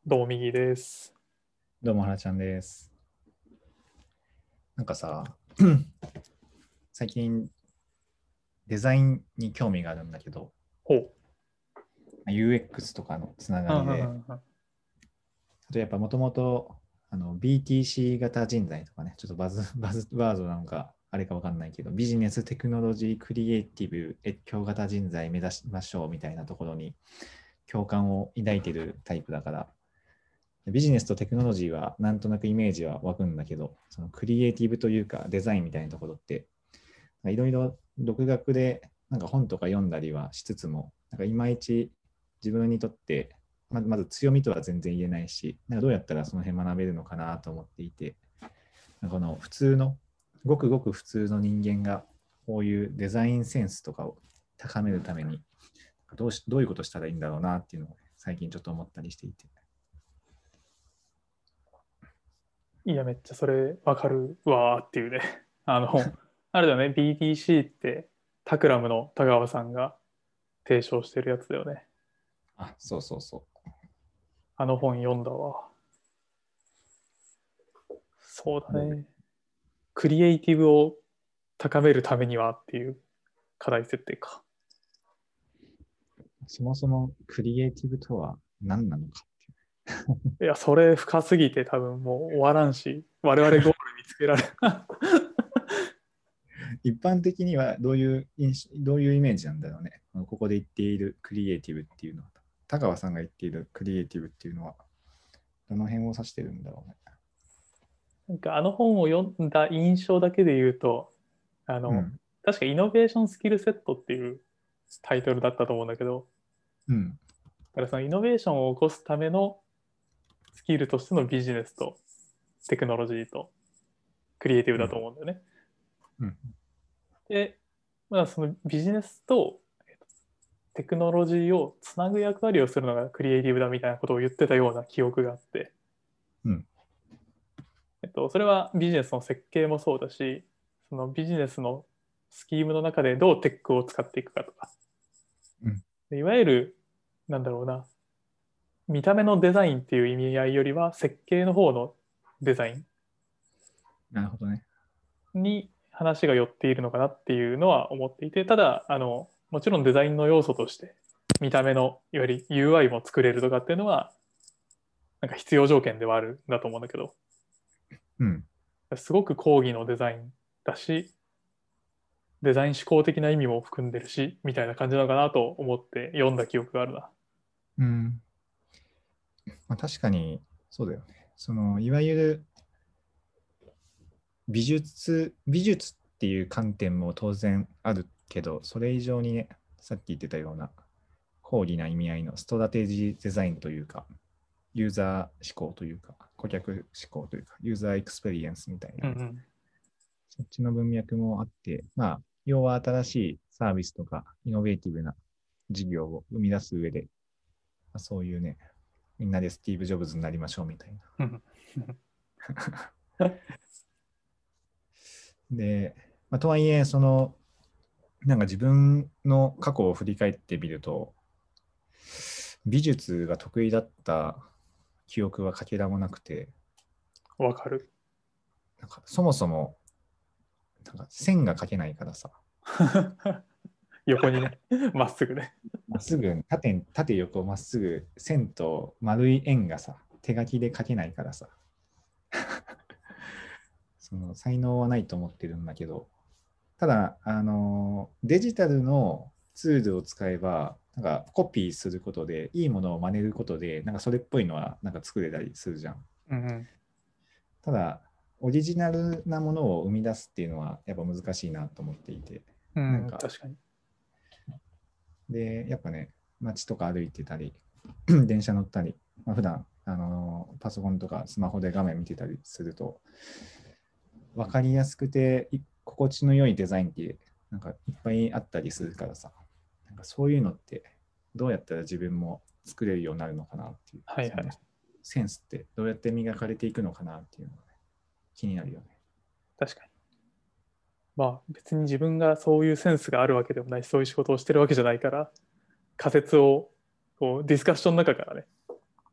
どうも右です。 どうも、はらちゃんです。なんかさ、最近デザインに興味があるんだけど、 ほう。 UX とかのつながうんうりで、 んうんやっぱもともとBTC 型人材とかね、ちょっとバズワードなのか、あれかわかんないけど、ビジネス、テクノロジー、クリエイティブ、越境型人材目指しましょうみたいなところに共感を抱いているタイプだから、ビジネスとテクノロジーはなんとなくイメージは湧くんだけど、そのクリエイティブというかデザインみたいなところっていろいろ独学でなんか本とか読んだりはしつつも、なんかいまいち自分にとってまず強みとは全然言えないし、なんかどうやったらその辺学べるのかなと思っていて、この普通の、ごくごく普通の人間がこういうデザインセンスとかを高めるためにどういうことしたらいいんだろうなっていうのを最近ちょっと思ったりしていて。 いや、めっちゃそれわかるわーっていうね。あれだよね、BTC ってタクラムの田川さんが提唱してるやつだよね。 あ、そうそうそあの本読んだわ。そうだう。 ね。クリエイティブを高めるためにはっていう課題設定か。 そもそもクリエイティブとは何なのかっていう。 いや、それ深すぎて多分もう終わらんし、我々ゴール見つけられる。 一般的にはどういうイメージなんだろうね。ここで言っているクリエイティブっていうのは、田川さんが言っているクリエイティブっていうのは、どの辺を指してるんだろうね。 なんかあの本を読んだ印象だけで言うと、あの、 うん。 確かイノベーションスキルセットっていうタイトルだったと思うんだけど、 うん。 だからそのイノベーションを起こすためのスキルとしてのビジネスとテクノロジーとクリエイティブだうん。 と思うんだよね。 うん。 で、まあ、そのビジネスとテクノロジーをつなぐ役割をするのがクリエイティブだみたいなことを言ってたような記憶があって、 うん。 それはビジネスの設計もそうだし、そのビジネスのスキームの中でどうテックを使っていくかとか、 うん。 いわゆる、なんだろうな、見た目のデザインっていう意味合いよりは設計の方のデザイなるほどね。 ンに話が寄っているのかなっていうのは思っていて、ただもちろんデザインの要素として見た目のいわゆる UI も作れるとかっていうのはなんか必要条件ではあるんだと思うんだけど、 うん。 すごく講義のデザインだし、デザイン思考的な意味も含んでるしみたいな感じなのかなと思って読んだ記憶があるな。 うん。確かに、そうだよね。いわゆる美術っていう観点も当然あるけど、それ以上にね、さっき言ってたような、高義な意味合いのストラテジーデザインというか、ユーザー思考というか、顧客思考というか、ユーザーエクスペリエンスみたいなね、 うんうん。 そっちの文脈もあって、要は新しいサービスとか、イノベーティブな事業を生み出す上で、そういうね、みんなでスティーブ・ジョブズになりましょうみたいな。 うんで、とはいえ、なんか自分の過去を振り返ってみると、美術が得意だった記憶はかけらもなくて、 わかる。 なんかそもそもなんか線が描けないからさ、 横にね、まっすぐね。 まっすぐ縦横まっすぐ線と丸い円がさ、手書きで描けないからさ、その才能はないと思ってるんだけど、ただ、デジタルのツールを使えば、なんかコピーすることで、いいものを真似ることで、なんかそれっぽいのはなんか作れたりするじゃん。 うんうん。 ただ、オリジナルなものを生み出すっていうのはやっぱ難しいなと思っていて、 うん、 なんか、 確かに。 で、やっぱね、街とか歩いてたり、電車乗ったり、普段パソコンとかスマホで画面見てたりすると、分かりやすくて心地の良いデザインってなんかいっぱいあったりするからさ、なんかそういうのってどうやったら自分も作れるようになるのかなっていう、そのはいはい。 センスってどうやって磨かれていくのかなっていうのが、ね、気になるよね。 確かに。まあ別に自分がそういうセンスがあるわけでもないし、そういう仕事をしてるわけじゃないから、仮説をこうディスカッションの中からね、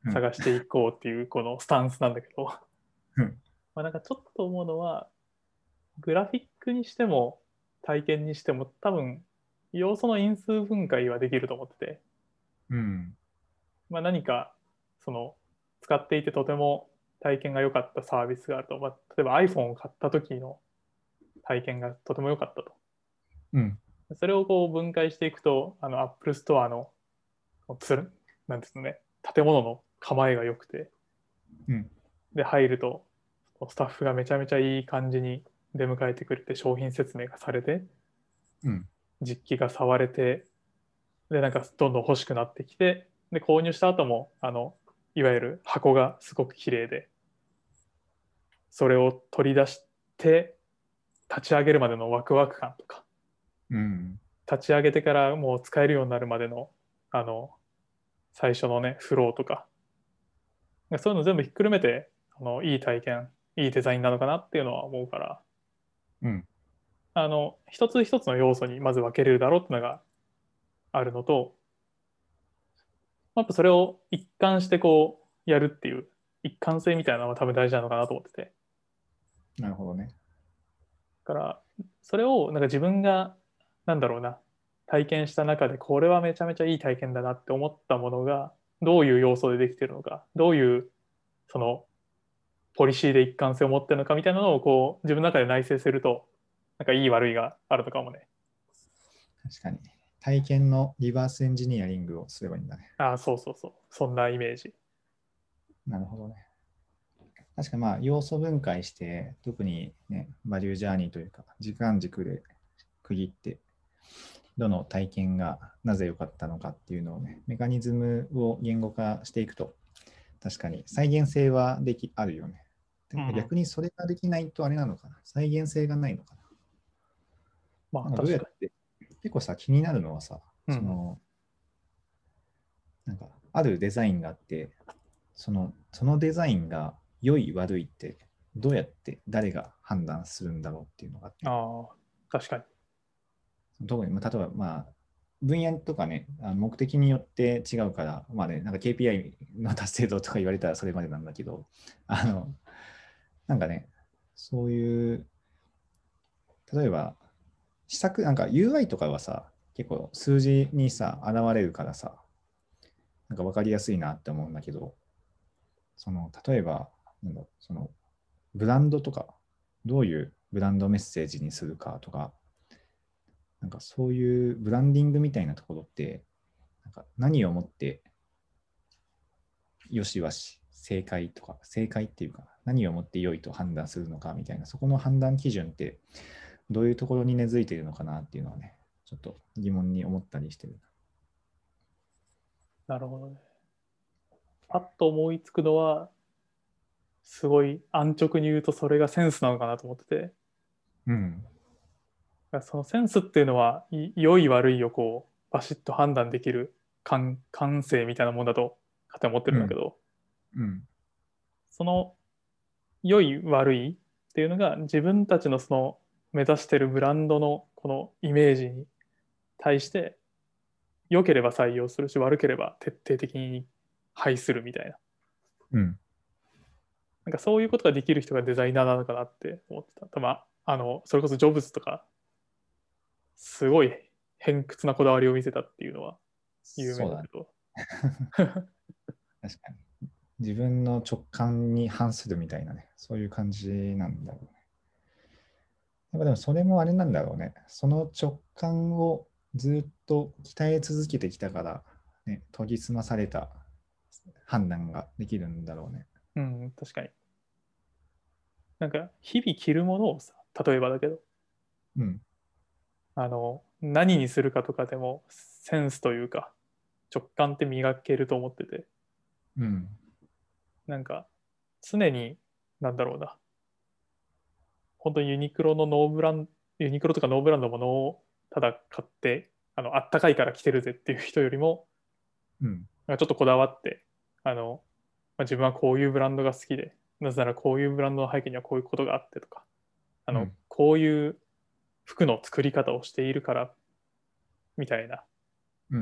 うん探していこうっていうこのスタンスなんだけど、 うんまあなんかちょっと思うのは、グラフィックにしても体験にしても多分要素の因数分解はできると思ってて、 うん。 まあ、何かその使っていてとても体験が良かったサービスがあると、まあ、例えば iPhone を買った時の体験がとても良かったと。 うん。 それをこう分解していくと、Apple Store のなんですね、建物の構えが良くて、 うん。 で、入ると、スタッフがめちゃめちゃいい感じに出迎えてくれて、商品説明がされて、 うん。 実機が触れて、で、なんかどんどん欲しくなってきて、で、購入した後も、いわゆる箱がすごく綺麗で、それを取り出して立ち上げるまでのワクワク感とか、 うん。 立ち上げてからもう使えるようになるまでの、あの、最初のね、フローとか、そういうの全部ひっくるめて、いい体験、いいデザインなのかなっていうのは思うから、 うん。 一つ一つの要素にまず分けれるだろうっていうのがあるのと、やっぱそれを一貫してこう、やるっていう、一貫性みたいなのは多分大事なのかなと思ってて。 なるほどね。 だから、それをなんか自分が、なんだろうな、体験した中で、これはめちゃめちゃいい体験だなって思ったものが、どういう要素でできているのか、どういうそのポリシーで一貫性を持ってるのかみたいなのをこう自分の中で内省すると、なんかいい悪いがあるのかもね。 確かに。体験のリバースエンジニアリングをすればいいんだね。 ああ、そうそうそう。そんなイメージ。 なるほどね。確かにまあ要素分解して、特にね、バリュージャーニーというか、時間軸で区切って、どの体験がなぜ良かったのかっていうのをね、メカニズムを言語化していくと、確かに再現性はあるよね。 うんうん。 逆にそれができないとあれなのかな。再現性がないのかな。なんかどうまあ確かやって、結構さ、気になるのはさ、 に。うんうん。 なんかあるデザインがあって、そのデザインが良い悪いってどうやって誰が判断するんだろうっていうのがあって、 ああ、確かに。 特に、まあ、例えば、まあ、分野とかね、目的によって違うから、まあね、なんか KPI の達成度とか言われたらそれまでなんだけど、あの、なんかね、そういう、例えば、なんか UI とかはさ、結構数字にさ、現れるからさ、なんか分かりやすいなって思うんだけど、例えば、なんだろうブランドとか、どういうブランドメッセージにするかとか、なんかそういうブランディングみたいなところって、なんか何をもってよしわし、正解とか、正解っていうか、何をもって良いと判断するのかみたいな、そこの判断基準ってどういうところに根付いているのかなっていうのはね、ちょっと疑問に思ったりしてる。 なるほどね。パッと思いつくのは、すごい安直に言うとそれがセンスなのかなと思ってて、 うん。 そのセンスっていうのは、良い悪いをこう、バシッと判断できる感性みたいなもんだと勝手に思ってうん。 るんだけど、 うん。 その良い悪いっていうのが自分たちのその目指してるブランドのこのイメージに対して良ければ採用するし悪ければ徹底的に廃するみたいな。 うん。 なんかそういうことができる人がデザイナーなのかなって思ってた。それこそジョブズとかすごい偏屈なこだわりを見せたっていうのは有名そうだね。 だけど。 確かに。自分の直感に反するみたいなね、そういう感じなんだろうね。やっぱでもそれもあれなんだろうね。その直感をずっと鍛え続けてきたから、ね、研ぎ澄まされた判断ができるんだろうね。 うん、確かに。なんか日々着るものをさ、例えばだけど、 うん。 何にするかとかでもセンスというか直感って磨けると思ってて、 うん。 なんか常に、なんだろうな、本当にユニクロとかノーブランドのものをただ買って、あったかいから着てるぜっていう人よりも、 うん。 なんかちょっとこだわって、自分はこういうブランドが好きで、なぜならこういうブランドの背景にはこういうことがあってとか、 うん。 こういう服の作り方をしているからみたいな、 うん。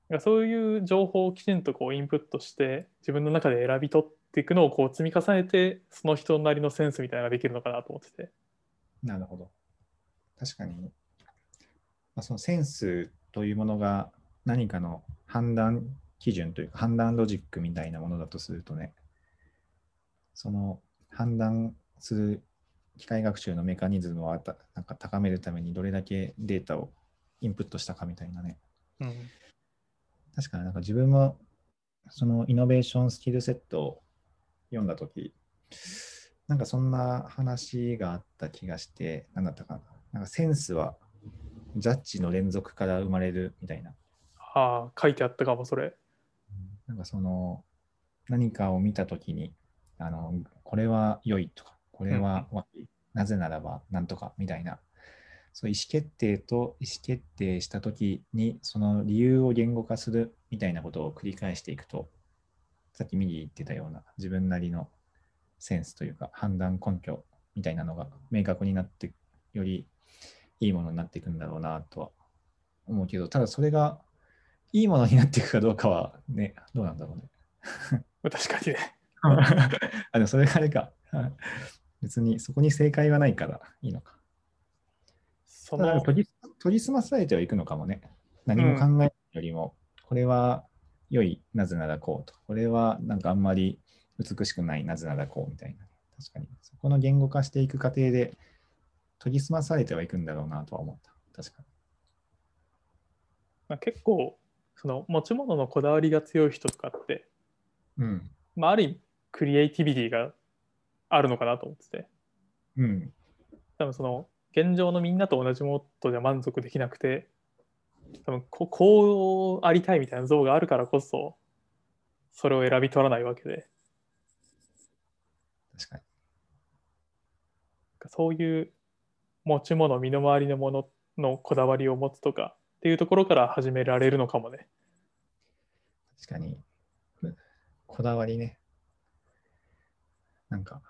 そういう情報をきちんとこうインプットして自分の中で選び取っていくのをこう積み重ねてその人なりのセンスみたいなのができるのかなと思ってて。 なるほど。確かに、そのセンスというものが何かの判断基準というか判断ロジックみたいなものだとするとね、その判断する機械学習のメカニズムをなんか高めるためにどれだけデータをインプットしたかみたいなね。 うん、 確かになんか自分もそのイノベーションスキルセットを読んだとき、なんかそんな話があった気がして、なんだったかな。なんかセンスはジャッジの連続から生まれるみたいな。 ああ、書いてあったかも、それ。 なんかその何かを見たときに、これは良いとか、これうん、 は悪い、なぜならばなんとかみたいな、そう意思決定と意思決定したときに、その理由を言語化するみたいなことを繰り返していくと、さっき右言ってたような自分なりのセンスというか判断根拠みたいなのが明確になって、よりいいものになっていくんだろうなとは思うけど、ただそれがいいものになっていくかどうかはね、どうなんだろうね。 確かにね。 でもそれがあれか。別にそこに正解はないからいいのか。ただその、 研ぎ澄まされてはいくのかもね。何も考うん、 えないよりも、これは良い、なぜならこうとか、これはなんかあんまり美しくない、なぜならこうみたいな。確かに。そこの言語化していく過程で研ぎ澄まされてはいくんだろうなとは思った。確かまあ、結構、その持ち物のこだわりが強い人とかって、 に。うん。 まあ、ある意味、クリエイティビティがあるのかなと思ってて、 うん。 多分その、現状のみんなと同じものじゃ満足できなくて、多分こうありたいみたいな像があるからこそ、それを選び取らないわけで、 確かに。 そういう持ち物、身の回りのもののこだわりを持つとかっていうところから始められるのかもね。 確かに。こだわりね。なんか、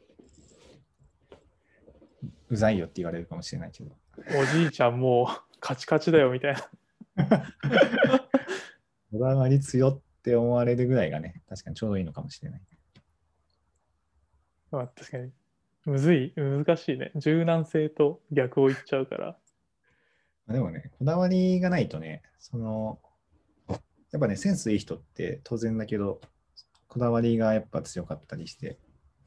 うざいよって言われるかもしれないけど。 おじいちゃんもうカチカチだよみたいな。 こだわり強って思われるぐらいがね、確かにちょうどいいのかもしれない。 まあ、確かに。難しいね。柔軟性と逆を言っちゃうから。 でもね、こだわりがないとね、やっぱね、センスいい人って当然だけど、こだわりがやっぱ強かったりして、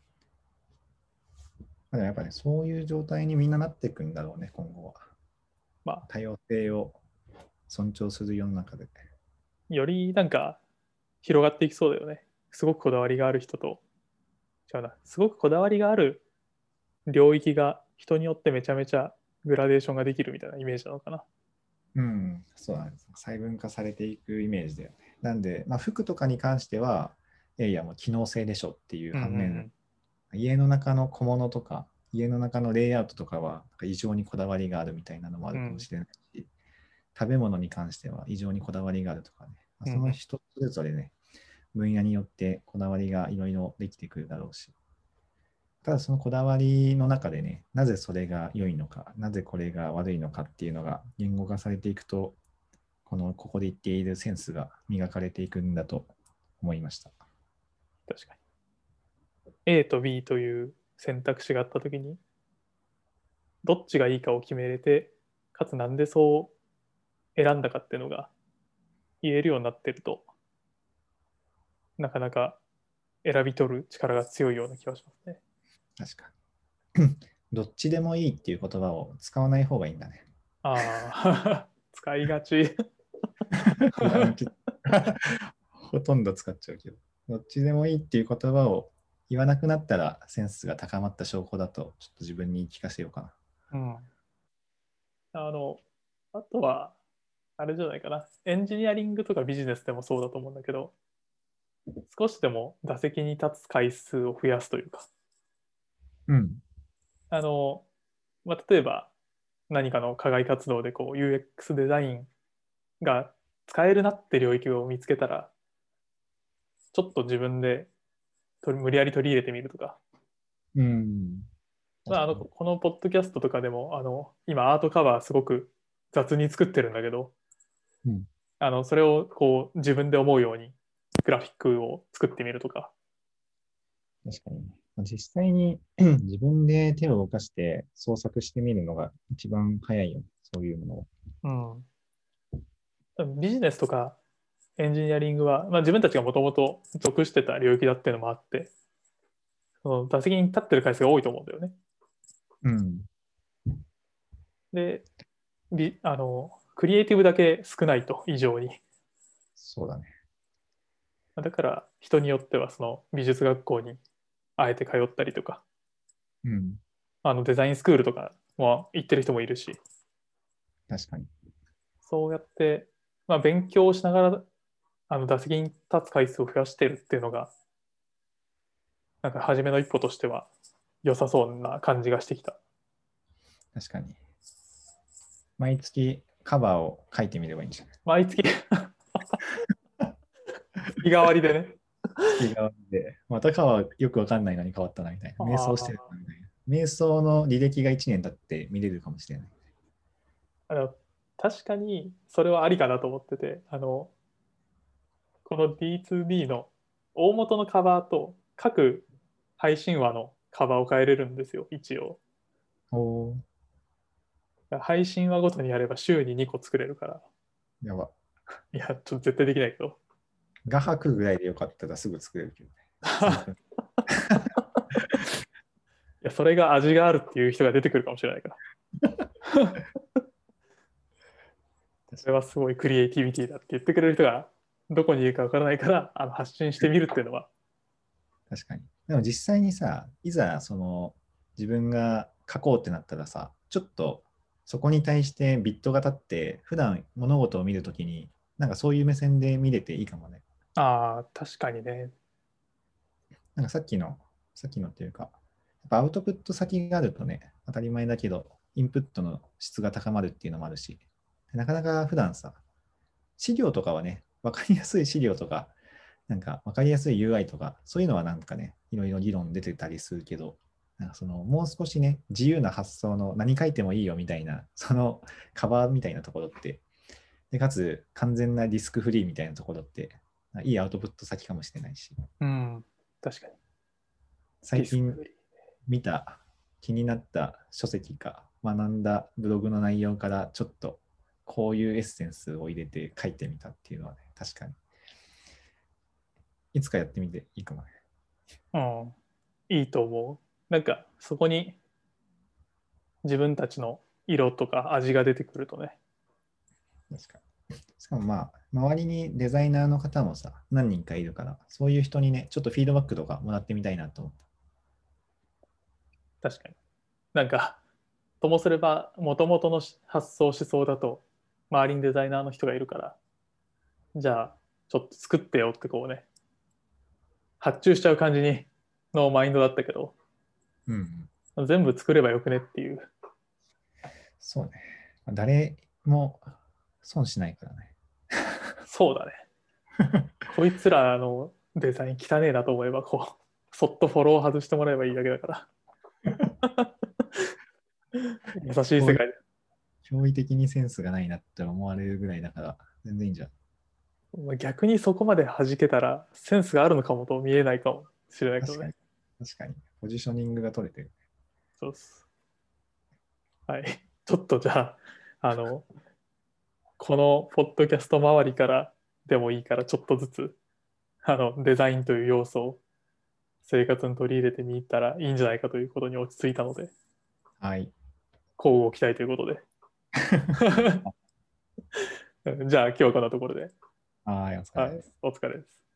でもやっぱね、そういう状態にみんななっていくんだろうね、今後は。 まあ、 多様性を尊重する世の中で。 よりなんか広がっていきそうだよね。すごくこだわりがある人と、違うな、すごくこだわりがある領域が人によってめちゃめちゃグラデーションができるみたいなイメージなのかな。 うん、そうなんです。細分化されていくイメージだよね。なんで、服とかに関しては、いやもう機能性でしょっていううんう反面、 ん家の中の小物とか、家の中のレイアウトとかはなんか異常にこだわりがあるみたいなのもあうん。 るかもしれないし、食べ物に関しては異常にこだわりがあるとかね、そのうんうん。 人それぞれね、分野によってこだわりがいろいろできてくるだろうし、ただそのこだわりの中でね、なぜそれが良いのか、なぜこれが悪いのかっていうのが言語化されていくと、ここで言っているセンスが磨かれていくんだと思いました。 確かに。A と B という選択肢があったときに、どっちがいいかを決めれて、かつなんでそう選んだかっていうのが言えるようになってると、なかなか選び取る力が強いような気がしますね。 確かに。どっちでもいいっていう言葉を使わない方がいいんだね。 ああ、使いがち。 ほとんど使っちゃうけど、どっちでもいいっていう言葉を言わなくなったらセンスが高まった証拠だと、ちょっと自分に言い聞かせようかな。 うん。あの、あとは、あれじゃないかな。エンジニアリングとかビジネスでもそうだと思うんだけど、少しでも打席に立つ回数を増やすというか、 うん。 あの、例えば何かの課外活動でこう UX デザインが使えるなって領域を見つけたら、ちょっと自分で無理やり取り入れてみるとか、 うん。 まあ、 確かに。 このポッドキャストとかでも今アートカバーすごく雑に作ってるんだけど、 うん。 それをこう自分で思うようにグラフィックを作ってみるとか。 確かにね。実際に自分で手を動かして創作してみるのが一番早いよね。そういうものを。 うん。多分ビジネスとかエンジニアリングは、まあ、自分たちがもともと属してた領域だっていうのもあって、その打席に立ってる回数が多いと思うんだよね。 うん。 で、クリエイティブだけ少ないと、異常に。 そうだね。 だから人によってはその美術学校にあえて通ったりとか、 うん。 デザインスクールとかも行ってる人もいるし、 確かに。 そうやって、まあ、勉強しながら打席に立つ回数を増やしてるっていうのが、なんか初めの一歩としては良さそうな感じがしてきた。 確かに。毎月カバーを書いてみればいいんじゃない？ 毎月日替わりでね。 月替わりで、またカバーよくわかんないのに変わったなみたいな。瞑想してるなみたいな。瞑想の履歴が1年経って見れるかもしれない。 あの確かにそれはありかなと思ってて、この D2D の大元のカバーと各配信話のカバーを変えれるんですよ、一応。 おー、 配信話ごとにやれば週に2個作れるから。 やば。 いや、ちょっと絶対できないけど。 画伯ぐらいでよかったらすぐ作れるけどね。数分。 いや、それが味があるっていう人が出てくるかもしれないから。それはすごいクリエイティビティだって言ってくれる人がどこにいるかわからないから、発信してみるっていうのは。 確かに。でも実際にさ、いざその自分が書こうってなったらさ、ちょっとそこに対してビットが立って、普段物事を見るときに、なんかそういう目線で見れていいかもね。 ああ、確かにね。 なんかさっきのっていうか、やっぱアウトプット先があるとね、当たり前だけど、インプットの質が高まるっていうのもあるし、なかなか普段さ、資料とかはね、わかりやすい資料とか、なんかわかりやすい UI とか、そういうのはなんかね、いろいろ議論出てたりするけど、なんかそのもう少しね、自由な発想の何書いてもいいよみたいな、そのカバーみたいなところって、でかつ完全なリスクフリーみたいなところって、いいアウトプット先かもしれないし、 うん、確かに。ディス最近ク見た気になった書籍か学んだブログの内容からちょっとこういうエッセンスを入れて書いてみたっていうのはね、確かにいつかやってみていいかもね。 うん、いいと思う。なんか、そこに自分たちの色とか味が出てくるとね。 確かに。しかもまあ、周りにデザイナーの方もさ、何人かいるから、そういう人にね、ちょっとフィードバックとかもらってみたいなと思った。 確かに。なんか、ともすれば、もともとの発想思想だと、周りにデザイナーの人がいるから、じゃあ、ちょっと作ってよってこうね、発注しちゃう感じにのマインドだったけど、 うん全部作ればよくねっていう。 そうね。誰も損しないからね。 そうだね。こいつらのデザイン汚ねえなと思えば、こう、そっとフォロー外してもらえばいいだけだから。優しい世界で。 驚異的にセンスがないなって思われるぐらいだから、全然いいんじゃん。 逆にそこまで弾けたら、センスがあるのかもと見えないかもしれないけどね。 確かに。確かに。ポジショニングが取れてる。 そうっす。はい。ちょっとじゃあ、このポッドキャスト周りからでもいいから、ちょっとずつ、デザインという要素を生活に取り入れてみたらいいんじゃないかということに落ち着いたので、 はい。 交互期待ということで。じゃあ、今日はこんなところで。 はい、お疲はい、 れです。 お疲れです。